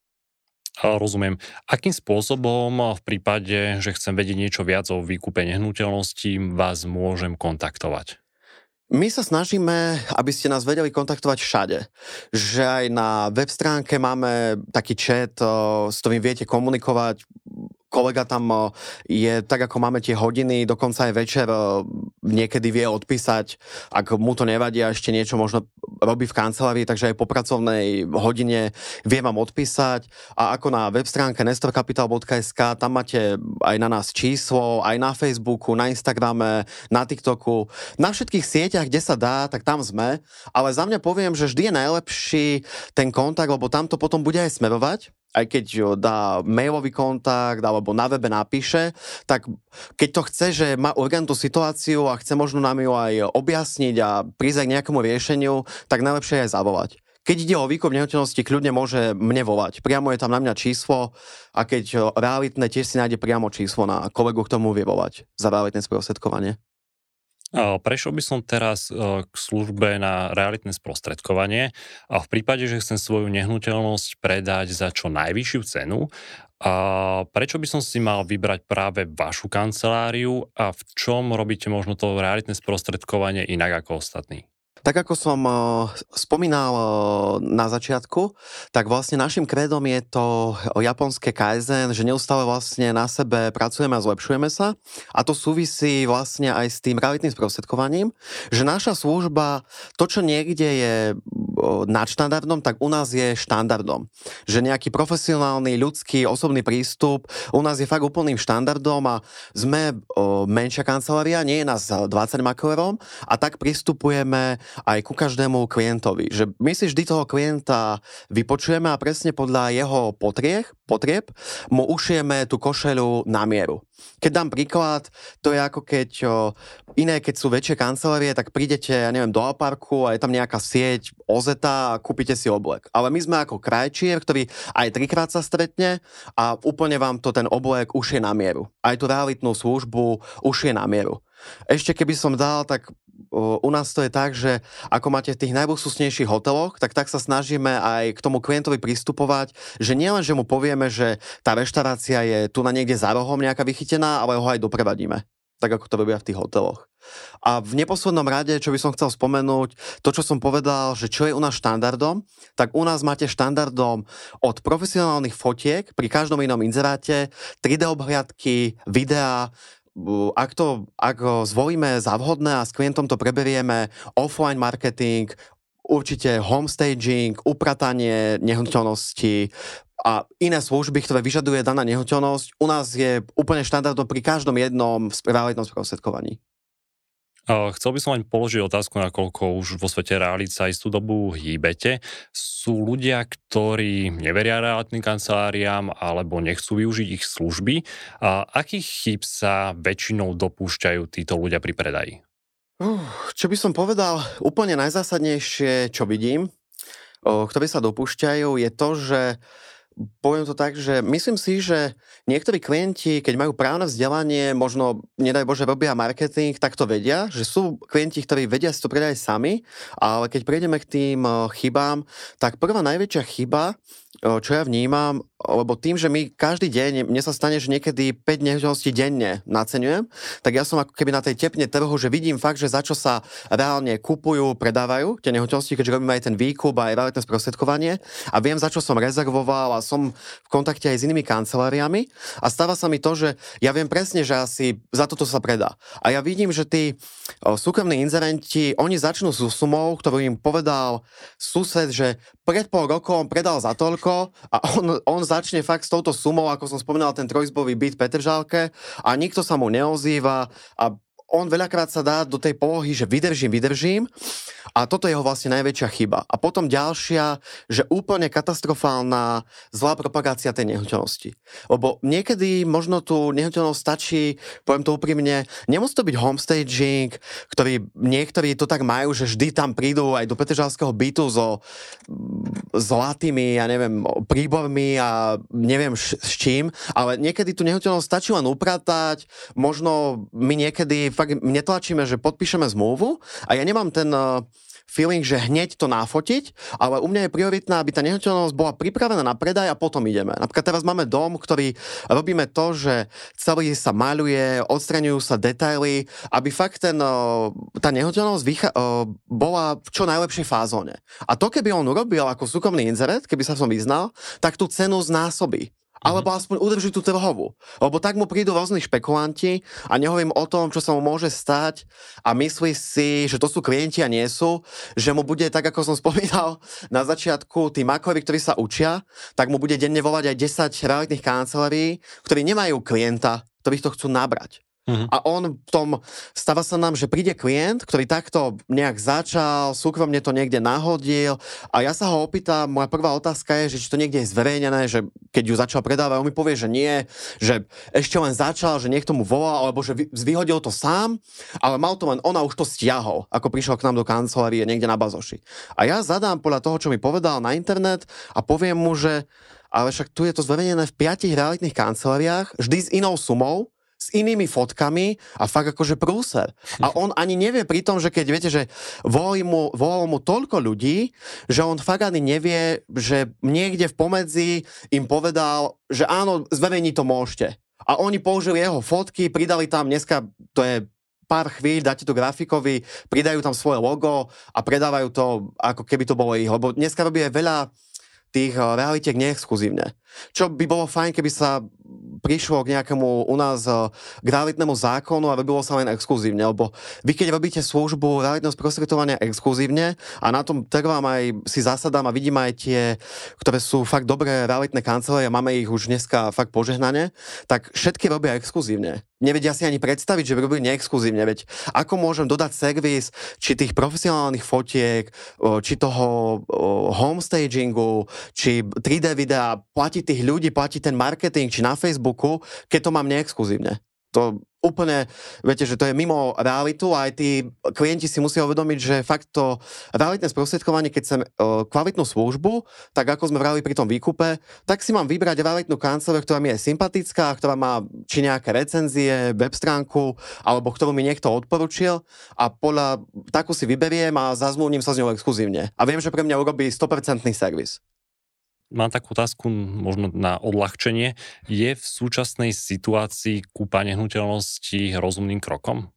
Speaker 2: Rozumiem. Akým spôsobom v prípade, že chcem vedieť niečo viac o výkupe nehnuteľností, vás môžem kontaktovať?
Speaker 1: My sa snažíme, aby ste nás vedeli kontaktovať všade. Že aj na web stránke máme taký chat, s ktorým viete komunikovať. Kolega tam je, tak ako máme tie hodiny, dokonca aj večer niekedy vie odpísať, ak mu to nevadí a ešte niečo možno robí v kancelárii, takže aj po pracovnej hodine vie vám odpísať. A ako na web stránke nestorcapital bodka es ká, tam máte aj na nás číslo, aj na Facebooku, na Instagrame, na TikToku, na všetkých sieťach, kde sa dá, tak tam sme. Ale za mňa poviem, že vždy je najlepší ten kontakt, lebo tam to potom bude aj smerovať. Aj keď dá mailový kontakt alebo na webe napíše, tak keď to chce, že má urgentnú situáciu a chce možno nám ju aj objasniť a prísť aj k nejakému riešeniu, tak najlepšie je aj zavolať. Keď ide o výkup nehnuteľnosti, kľudne môže mne volať. Priamo je tam na mňa číslo, a keď realitné, tiež si nájde priamo číslo na kolegu, k tomu vie volať za realitné sprostredkovanie.
Speaker 2: Prešiel by som teraz k službe na realitné sprostredkovanie. A v prípade, že chcem svoju nehnuteľnosť predať za čo najvyššiu cenu, a prečo by som si mal vybrať práve vašu kanceláriu a v čom robíte možno to realitné sprostredkovanie inak ako ostatní?
Speaker 1: Tak ako som uh, spomínal uh, na začiatku, tak vlastne našim krédom je to japonské kaizen, že neustále vlastne na sebe pracujeme a zlepšujeme sa, a to súvisí vlastne aj s tým realitným sprostredkovaním, že naša služba, to čo niekde je uh, nadštandardom, tak u nás je štandardom. Že nejaký profesionálny, ľudský, osobný prístup u nás je fakt úplným štandardom, a sme uh, menšia kancelária, nie je nás dvadsať maklérom, a tak pristupujeme aj ku každému klientovi. Že my si vždy toho klienta vypočujeme a presne podľa jeho potrieb, potrieb mu ušijeme tú košeľu na mieru. Keď dám príklad, to je ako keď o, iné, keď sú väčšie kancelárie, tak prídete, ja neviem, do Aparku a je tam nejaká sieť Ozeta a kúpite si oblek. Ale my sme ako krajčier, ktorý aj trikrát sa stretne a úplne vám to ten oblek ušie na mieru. Aj tú realitnú službu ušie na mieru. Ešte keby som dal, tak u nás to je tak, že ako máte v tých najluxusnejších hoteloch, tak tak sa snažíme aj k tomu klientovi pristupovať, že nielen, že mu povieme, že tá reštaurácia je tu na niekde za rohom nejaká vychytená, ale ho aj doprevadíme. Tak ako to robia v tých hoteloch. A v neposlednom rade, čo by som chcel spomenúť, to, čo som povedal, že čo je u nás štandardom, tak u nás máte štandardom od profesionálnych fotiek pri každom inom inzeráte, tri dé obhliadky, videá, ak to ak zvolíme za vhodné a s klientom to preberieme, offline marketing, určite homestaging, upratanie nehnuteľnosti a iné služby, ktoré vyžaduje daná nehnuteľnosť, u nás je úplne štandardom pri každom jednom realitnom sprostredkovaní.
Speaker 2: Chcel by som len položiť otázku, nakoľko už vo svete realít sa istú dobu hýbete. Sú ľudia, ktorí neveria realitným kanceláriám alebo nechcú využiť ich služby. A akých chýb sa väčšinou dopúšťajú títo ľudia pri predaji?
Speaker 1: Uh, čo by som povedal, úplne najzásadnejšie, čo vidím, uh, ktorí sa dopúšťajú, je to, že poviem to tak, že myslím si, že niektorí klienti, keď majú právne vzdelanie, možno, nedaj Bože, robia marketing, tak to vedia, že sú klienti, ktorí vedia si to predať sami, ale keď prejdeme k tým chybám, tak prvá najväčšia chyba, čo ja vnímam, lebo tým, že my každý deň, mne sa stane, že niekedy päť nehnuteľností denne naceňujem, tak ja som ako keby na tej tepne trhu, že vidím fakt, že za čo sa reálne kupujú, predávajú tie nehnuteľnosti, keďže robím aj ten výkup, aj realitné sprostredkovanie a viem, za čo som rezervoval a som v kontakte aj s inými kanceláriami a stáva sa mi to, že ja viem presne, že asi za toto sa predá. A ja vidím, že tí o, súkromní inzerenti, oni začnú s sumou, ktorú im povedal sused, že pred pol rokom predal za toľko a on, on začne fakt s touto sumou, ako som spomínal, ten trojizbový byt v Petržalke a nikto sa mu neozýva a on veľakrát sa dá do tej polohy, že vydržím, vydržím a toto je jeho vlastne najväčšia chyba. A potom ďalšia, že úplne katastrofálna zlá propagácia tej nehnuteľnosti. Lebo niekedy možno tú nehnuteľnosť stačí, poviem to úprimne, nemusí to byť homestaging, ktorý niektorí to tak majú, že vždy tam prídu aj do petržalského bytu so zlatými, ja neviem, príbormi a neviem š- s čím, ale niekedy tú nehnuteľnosť stačí len upratať, možno my niekedy fakt netlačíme, že podpíšeme zmluvu a ja nemám ten uh, feeling, že hneď to nafotiť, ale u mňa je prioritná, aby tá nehnuteľnosť bola pripravená na predaj a potom ideme. Napríklad teraz máme dom, ktorý robíme to, že celý sa maľuje, odstraňujú sa detaily, aby fakt ten, uh, tá nehnuteľnosť vycha- uh, bola v čo najlepšej fázone. A to, keby on urobil ako súkromný inzerent, keby sa som vyznal, tak tú cenu znásobí. Alebo aspoň udrží tú trhovú. Lebo tak mu prídu rôzni špekulanti a nehovorím o tom, čo sa mu môže stať a myslí si, že to sú klienti a nie sú, že mu bude, tak ako som spomínal na začiatku, tí makléri, ktorí sa učia, tak mu bude denne volať aj desať realitných kancelárií, ktorí nemajú klienta, ktorých to chcú nabrať. Uh-huh. A on v tom, stáva sa nám, že príde klient, ktorý takto nejak začal, súkromne to niekde nahodil a ja sa ho opýtam, moja prvá otázka je, že či to niekde je zverejnené, že keď ju začal predávať, on mi povie, že nie, že ešte len začal, že niekto mu volal, alebo že vy, vyhodil to sám, ale mal to len on a už to stiahol, ako prišiel k nám do kancelárie niekde na bazoši. A ja zadám podľa toho, čo mi povedal na internet a poviem mu, že ale však tu je to zverejnené v piatich realitných kanceláriách, vždy s inou sumou, s inými fotkami a fakt akože prúser. A on ani nevie pri tom, že keď viete, že volali mu, volalo mu toľko ľudí, že on fakt ani nevie, že niekde v pomedzi im povedal, že áno, zverejniť to môžete. A oni použili jeho fotky, pridali tam dneska, to je pár chvíľ, dáte to grafikovi, pridajú tam svoje logo a predávajú to, ako keby to bolo ich. Lebo dneska robí aj veľa tých realitiek neexkluzívne. Čo by bolo fajn, keby sa prišlo k nejakému u nás k realitnému zákonu a robilo sa len exkluzívne, lebo vy keď robíte službu realitného sprostredkovania exkluzívne a na tom trvám aj si zasadám a vidím aj tie, ktoré sú fakt dobré realitné kancelárie, máme ich už dneska fakt požehnane, tak všetky robia exkluzívne. Nevedia si ani predstaviť, že by robili neexkluzívne, veď ako môžem dodať servis, či tých profesionálnych fotiek, či toho homestagingu, či tri dé videa, platiť tých ľudí, platiť ten marketing, či na Facebooku, keď to mám neexkluzívne. To úplne, viete, že to je mimo realitu a aj tí klienti si musia uvedomiť, že fakt to realitné sprostredkovanie, keď chcem uh, kvalitnú službu, tak ako sme vrali pri tom výkupe, tak si mám vybrať realitnú kanceláriu, ktorá mi je sympatická, ktorá má či nejaké recenzie, web stránku, alebo ktorú mi niekto odporučil a podľa takú si vyberiem a zazmluvním sa s ňou exkluzívne. A viem, že pre mňa urobí sto percent servis.
Speaker 2: Mám takú otázku možno na odľahčenie. Je v súčasnej situácii kúpa nehnuteľnosti rozumným krokom?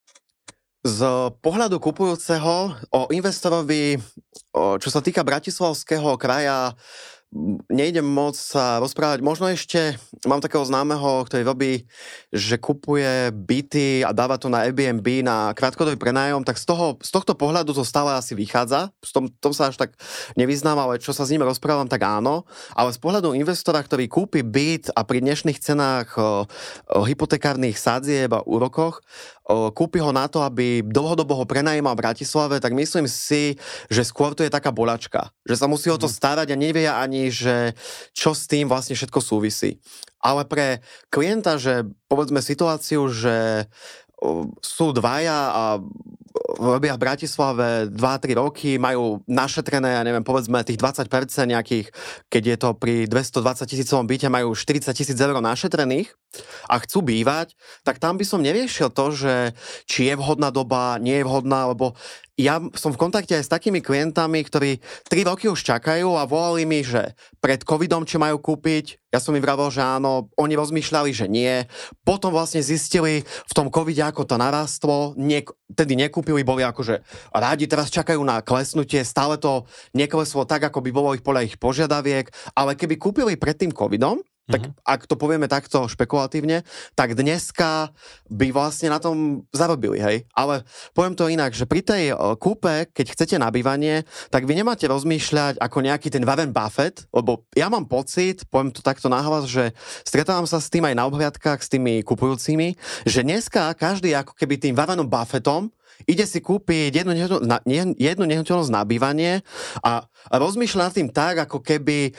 Speaker 1: Z pohľadu kupujúceho o investorovi, o, čo sa týka Bratislavského kraja, nejdem moc sa rozprávať. Možno ešte mám takého známeho, ktorý robí, že kupuje byty a dáva to na Airbnb na krátkodobý prenájom, tak z, toho, z tohto pohľadu to stále asi vychádza. V tom, tom sa až tak nevyznám, ale čo sa s ním rozprávam, tak áno. Ale z pohľadu investora, ktorý kúpi byt a pri dnešných cenách o, o hypotekárnych sadzieb a úrokoch o, kúpi ho na to, aby dlhodobo ho prenajímal v Bratislave, tak myslím si, že skôr to je taká boľačka. Že sa musí o to starať a nevie ani že čo s tým vlastne všetko súvisí. Ale pre klienta, že povedzme situáciu, že sú dvaja a robia v Bratislave dva tri roky, majú našetrené, ja neviem, povedzme tých dvadsať percent nejakých, keď je to pri dvestodvadsať tisícovom byte, majú štyridsať tisíc eur našetrených a chcú bývať, tak tam by som neriešil to, že či je vhodná doba, nie je vhodná, lebo ja som v kontakte aj s takými klientami, ktorí tri roky už čakajú a volali mi, že pred covidom, či majú kúpiť. Ja som im vravel, že áno, oni rozmýšľali, že nie. Potom vlastne zistili v tom covide, ako to narastlo. Nie, tedy nekúpili, boli akože rádi, teraz čakajú na klesnutie. Stále to nekleslo tak, ako by bolo ich podľa ich požiadaviek. Ale keby kúpili pred tým covidom, tak mm-hmm. ak to povieme takto špekulatívne, tak dneska by vlastne na tom zarobili, hej. Ale poviem to inak, že pri tej kúpe, keď chcete na bývanie, tak vy nemáte rozmýšľať ako nejaký ten Warren Buffett, lebo ja mám pocit, poviem to takto nahlas, že stretávam sa s tým aj na obhliadkách s tými kupujúcimi, že dneska každý ako keby tým Warrenom Buffettom ide si kúpiť jednu, jednu nehnuteľnosť na bývanie a rozmýšľa nad tým tak, ako keby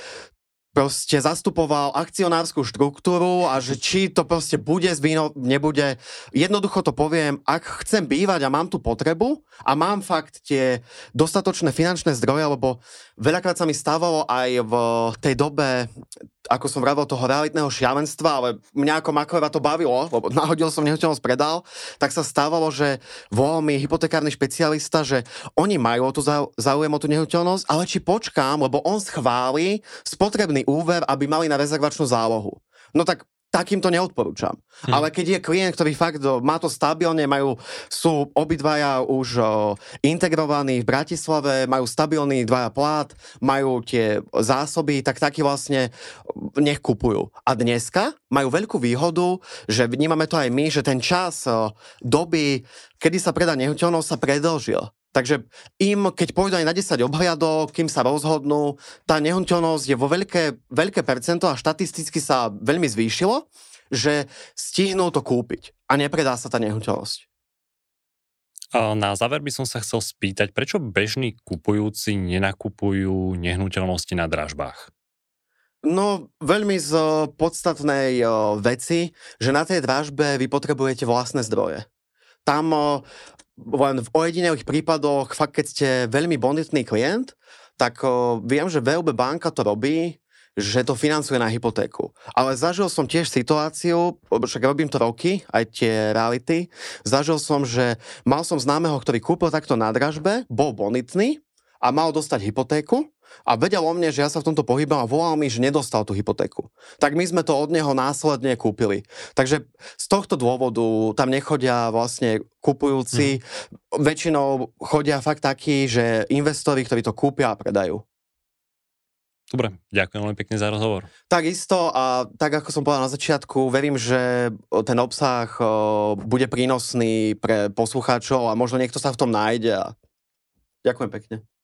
Speaker 1: proste zastupoval akcionárskú štruktúru a že či to proste bude z víno, nebude. Jednoducho to poviem, ak chcem bývať a mám tú potrebu a mám fakt tie dostatočné finančné zdroje, lebo veľakrát sa mi stávalo aj v tej dobe, ako som vravel, toho realitného šialenstva, ale mňa ako maklera to bavilo, lebo nahodil som nehnuteľnosť, predal, tak sa stávalo, že volal mi hypotekárny špecialista, že oni majú o tú záujem o tú nehnuteľnosť, ale či počkám, lebo on schváli spotrebný úver, aby mali na rezervačnú zálohu. No tak takým to neodporúčam. Hm. Ale keď je klient, ktorý fakt má to stabilne, majú, sú obidvaja už o, integrovaní v Bratislave, majú stabilný dvaja plát, majú tie zásoby, tak taký vlastne nech kupujú. A dneska majú veľkú výhodu, že vnímame to aj my, že ten čas o, doby, kedy sa predá nehnuteľnosť, sa predĺžil. Takže im, keď pôjdu aj na desať obhliadok, kým sa rozhodnú, tá nehnuteľnosť je vo veľké, veľké percento a štatisticky sa veľmi zvýšilo, že stihnú to kúpiť a nepredá sa tá nehnuteľnosť.
Speaker 2: Na záver by som sa chcel spýtať, prečo bežní kupujúci nenakupujú nehnuteľnosti na dražbách?
Speaker 1: No, veľmi z podstatnej veci, že na tej dražbe vy potrebujete vlastné zdroje. Tam len v ojedinelých prípadoch, fakt keď ste veľmi bonitný klient, tak o, viem, že vé ó bé banka to robí, že to financuje na hypotéku. Ale zažil som tiež situáciu, však robím to roky, aj tie reality, zažil som, že mal som známeho, ktorý kúpil takto na dražbe, bol bonitný a mal dostať hypotéku, a vedel o mne, že ja sa v tomto pohybám a volal mi, že nedostal tú hypotéku. Tak my sme to od neho následne kúpili. Takže z tohto dôvodu tam nechodia vlastne kupujúci. Mm. Väčšinou chodia fakt takí, že investori, ktorí to kúpia a predajú.
Speaker 2: Dobre, ďakujem veľmi pekne za rozhovor.
Speaker 1: Takisto a tak ako som povedal na začiatku, verím, že ten obsah bude prínosný pre poslucháčov a možno niekto sa v tom nájde. A ďakujem pekne.